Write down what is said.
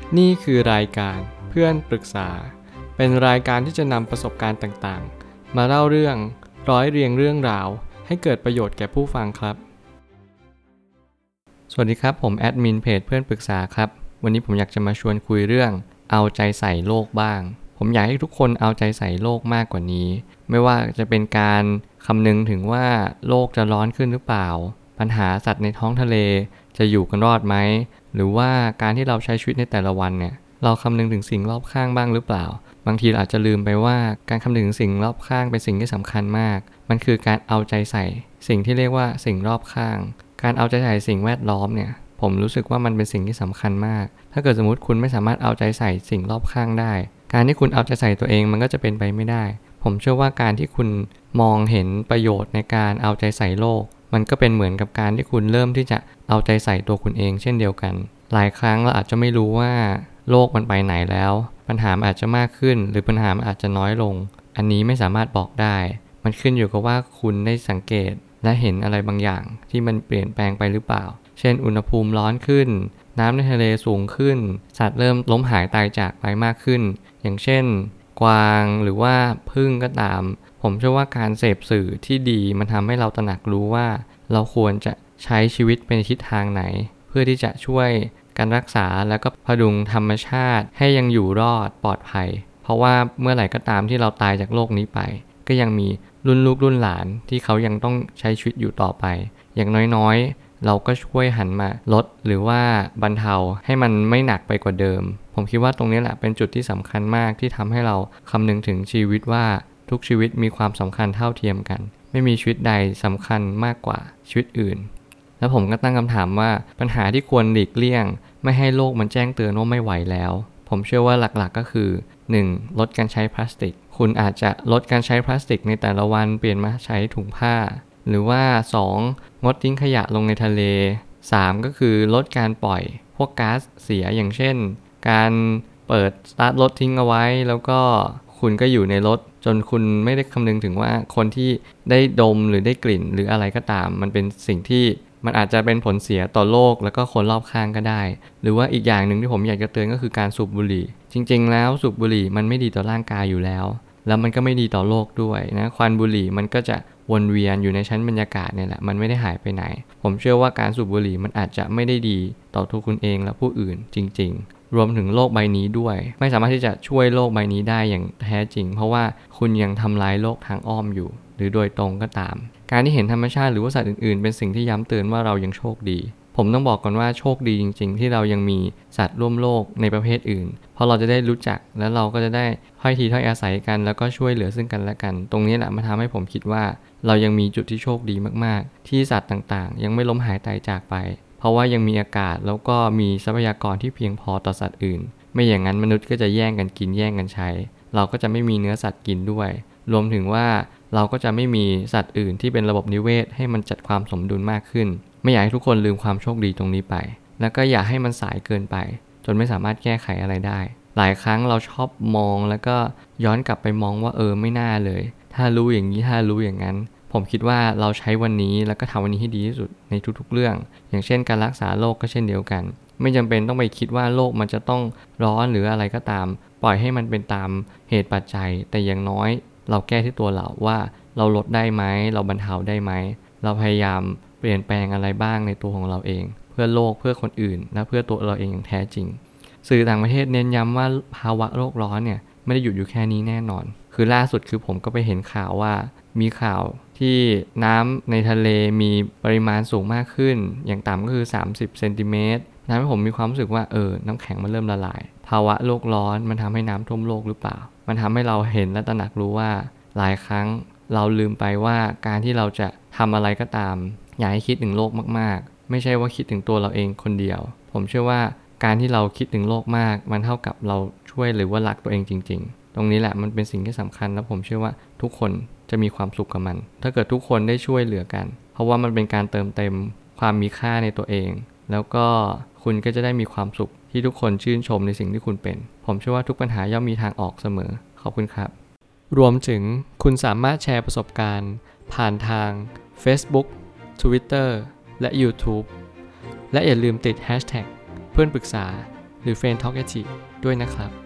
นี่คือรายการเพื่อนปรึกษาเป็นรายการที่จะนำประสบการณ์ต่างๆมาเล่าเรื่องร้อยเรียงเรื่องราวให้เกิดประโยชน์แก่ผู้ฟังครับสวัสดีครับผมแอดมินเพจเพื่อนปรึกษาครับวันนี้ผมอยากจะมาชวนคุยเรื่องเอาใจใส่โลกบ้างผมอยากให้ทุกคนเอาใจใส่โลกมากกว่านี้ไม่ว่าจะเป็นการคำนึงถึงว่าโลกจะร้อนขึ้นหรือเปล่าปัญหาสัตว์ในท้องทะเลจะอยู่กันรอดไหมหรือว่าการที่เราใช้ชีวิตในแต่ละวันเนี่ยเราคำนึงถึงสิ่งรอบข้างบ้างหรือเปล่าบางทีเราอาจจะลืมไปว่าการคำนึงถึงสิ่งรอบข้างเป็นสิ่งที่สำคัญมากมันคือการเอาใจใส่สิ่งที่เรียกว่าสิ่งรอบข้างการเอาใจใส่สิ่งแวดล้อมเนี่ยผมรู้สึกว่ามันเป็นสิ่งที่สำคัญมากถ้าเกิดสมมติคุณไม่สามารถเอาใจใส่สิ่งรอบข้างได้การที่คุณเอาใจใส่ตัวเองมันก็จะเป็นไปไม่ได้ผมเชื่อว่าการที่คุณมองเห็นประโยชน์ในการเอาใจใส่โลกมันก็เป็นเหมือนกับการที่คุณเริ่มที่จะเอาใจใส่ตัวคุณเองเช่นเดียวกันหลายครั้งเราอาจจะไม่รู้ว่าโลกมันไปไหนแล้วปัญหาอาจจะมากขึ้นหรือปัญหาอาจจะน้อยลงอันนี้ไม่สามารถบอกได้มันขึ้นอยู่กับว่าคุณได้สังเกตและเห็นอะไรบางอย่างที่มันเปลี่ยนแปลงไปหรือเปล่าเช่นอุณหภูมิร้อนขึ้นน้ำในทะเลสูงขึ้นสัตว์เริ่มล้มหายตายจากไปมากขึ้นอย่างเช่นกวางหรือว่าผึ้งก็ตามผมเชื่อว่าการเสพสื่อที่ดีมันทำให้เราตระหนักรู้ว่าเราควรจะใช้ชีวิตเป็นทิศทางไหนเพื่อที่จะช่วยการรักษาและก็พดุงธรรมชาติให้ยังอยู่รอดปลอดภัยเพราะว่าเมื่อไหร่ก็ตามที่เราตายจากโลกนี้ไปก็ยังมีรุ่นลูกรุ่นหลานที่เขายังต้องใช้ชีวิตอยู่ต่อไปอย่างน้อยๆเราก็ช่วยหันมาลดหรือว่าบรรเทาให้มันไม่หนักไปกว่าเดิมผมคิดว่าตรงนี้แหละเป็นจุดที่สำคัญมากที่ทำให้เราคำนึงถึงชีวิตว่าทุกชีวิตมีความสำคัญเท่าเทียมกันไม่มีชีวิตใดสำคัญมากกว่าชีวิตอื่นแล้วผมก็ตั้งคำถามว่าปัญหาที่ควรหลีกเลี่ยงไม่ให้โลกมันแจ้งเตือนว่าไม่ไหวแล้วผมเชื่อว่าหลักๆก็คือ 1. ลดการใช้พลาสติกคุณอาจจะลดการใช้พลาสติกในแต่ละวันเปลี่ยนมาใช้ถุงผ้าหรือว่า 2. งดทิ้งขยะลงในทะเล 3. ก็คือลดการปล่อยพวกก๊าซเสียอย่างเช่นการเปิดสตาร์ทรถทิ้งเอาไว้แล้วก็คุณก็อยู่ในรถจนคุณไม่ได้คำนึงถึงว่าคนที่ได้ดมหรือได้กลิ่นหรืออะไรก็ตามมันเป็นสิ่งที่มันอาจจะเป็นผลเสียต่อโลกแล้วก็คนรอบข้างก็ได้หรือว่าอีกอย่างหนึ่งที่ผมอยากจะเตือนก็คือการสูบบุหรี่จริงๆแล้วสูบบุหรี่มันไม่ดีต่อร่างกายอยู่แล้วแล้วมันก็ไม่ดีต่อโลกด้วยนะควันบุหรี่มันก็จะวนเวียนอยู่ในชั้นบรรยากาศเนี่ยแหละมันไม่ได้หายไปไหนผมเชื่อว่าการสูบบุหรี่มันอาจจะไม่ได้ดีต่อตัวคุณเองและผู้อื่นจริงๆรวมถึงโลกใบนี้ด้วยไม่สามารถที่จะช่วยโลกใบนี้ได้อย่างแท้จริงเพราะว่าคุณยังทำลายโลกทางอ้อมอยู่หรือโดยตรงก็ตามการที่เห็นธรรมชาติหรือว่าสัตว์อื่นๆเป็นสิ่งที่ย้ำเตือนว่าเรายังโชคดีผมต้องบอกก่อนว่าโชคดีจริงๆที่เรายังมีสัตว์ร่วมโลกในประเภทอื่นเพราะเราจะได้รู้จักและเราก็จะได้ถ้อยทีถ้อยอาศัยกันแล้วก็ช่วยเหลือซึ่งกันและกันตรงนี้แหละมันทำให้ผมคิดว่าเรายังมีจุดที่โชคดีมากๆที่สัตว์ต่างๆยังไม่ล้มหายตายจากไปเพราะว่ายังมีอากาศแล้วก็มีทรัพยากรที่เพียงพอต่อสัตว์อื่นไม่อย่างนั้นมนุษย์ก็จะแย่งกันกินแย่งกันใช้เราก็จะไม่มีเนื้อสัตว์กินด้วยรวมถึงว่าเราก็จะไม่มีสัตว์อื่นที่เป็นระบบนิเวศให้มันจัดความสมดุลมากขึ้นไม่อยากให้ทุกคนลืมความโชคดีตรงนี้ไปแล้วก็อย่าให้มันสายเกินไปจนไม่สามารถแก้ไขอะไรได้หลายครั้งเราชอบมองแล้วก็ย้อนกลับไปมองว่าไม่น่าเลยถ้ารู้อย่างนี้ถ้ารู้อย่างนั้นผมคิดว่าเราใช้วันนี้แล้วก็ทำวันนี้ให้ดีที่สุดในทุกๆเรื่องอย่างเช่นการรักษาโรคก็เช่นเดียวกันไม่จำเป็นต้องไปคิดว่าโลกมันจะต้องร้อนหรืออะไรก็ตามปล่อยให้มันเป็นตามเหตุปัจจัยแต่อย่างน้อยเราแก้ที่ตัวเราว่าเราลดได้ไหมเราบรรเทาได้ไหมเราพยายามเปลี่ยนแปลงอะไรบ้างในตัวของเราเองเพื่อโลกเพื่อคนอื่นและเพื่อตัวเราเองอย่างแท้จริงสื่อต่างประเทศเน้นย้ำว่าภาวะโลกร้อนเนี่ยไม่ได้หยุดอยู่แค่นี้แน่นอนคือล่าสุดคือผมก็ไปเห็นข่าวว่ามีข่าวที่น้ำในทะเลมีปริมาณสูงมากขึ้นอย่างต่ำก็คือ30 เซนติเมตรทำให้ผมมีความรู้สึกว่าน้ำแข็งมันเริ่มละลายภาวะโลกร้อนมันทำให้น้ำท่วมโลกหรือเปล่ามันทำให้เราเห็นและตระหนักรู้ว่าหลายครั้งเราลืมไปว่าการที่เราจะทำอะไรก็ตามอยากให้คิดถึงโลกมากๆไม่ใช่ว่าคิดถึงตัวเราเองคนเดียวผมเชื่อว่าการที่เราคิดถึงโลกมากมันเท่ากับเราช่วยหรือว่ารักตัวเองจริงๆตรงนี้แหละมันเป็นสิ่งที่สำคัญและผมเชื่อว่าทุกคนจะมีความสุขกับมันถ้าเกิดทุกคนได้ช่วยเหลือกันเพราะว่ามันเป็นการเติมเต็มความมีค่าในตัวเองแล้วก็คุณก็จะได้มีความสุขที่ทุกคนชื่นชมในสิ่งที่คุณเป็นผมเชื่อว่าทุกปัญหาย่อมมีทางออกเสมอขอบคุณครับรวมถึงคุณสามารถแชร์ประสบการณ์ผ่านทาง Facebook Twitter และ YouTube และอย่าลืมติด Hashtag เพื่อนปรึกษาหรือ Friend Talkative ด้วยนะครับ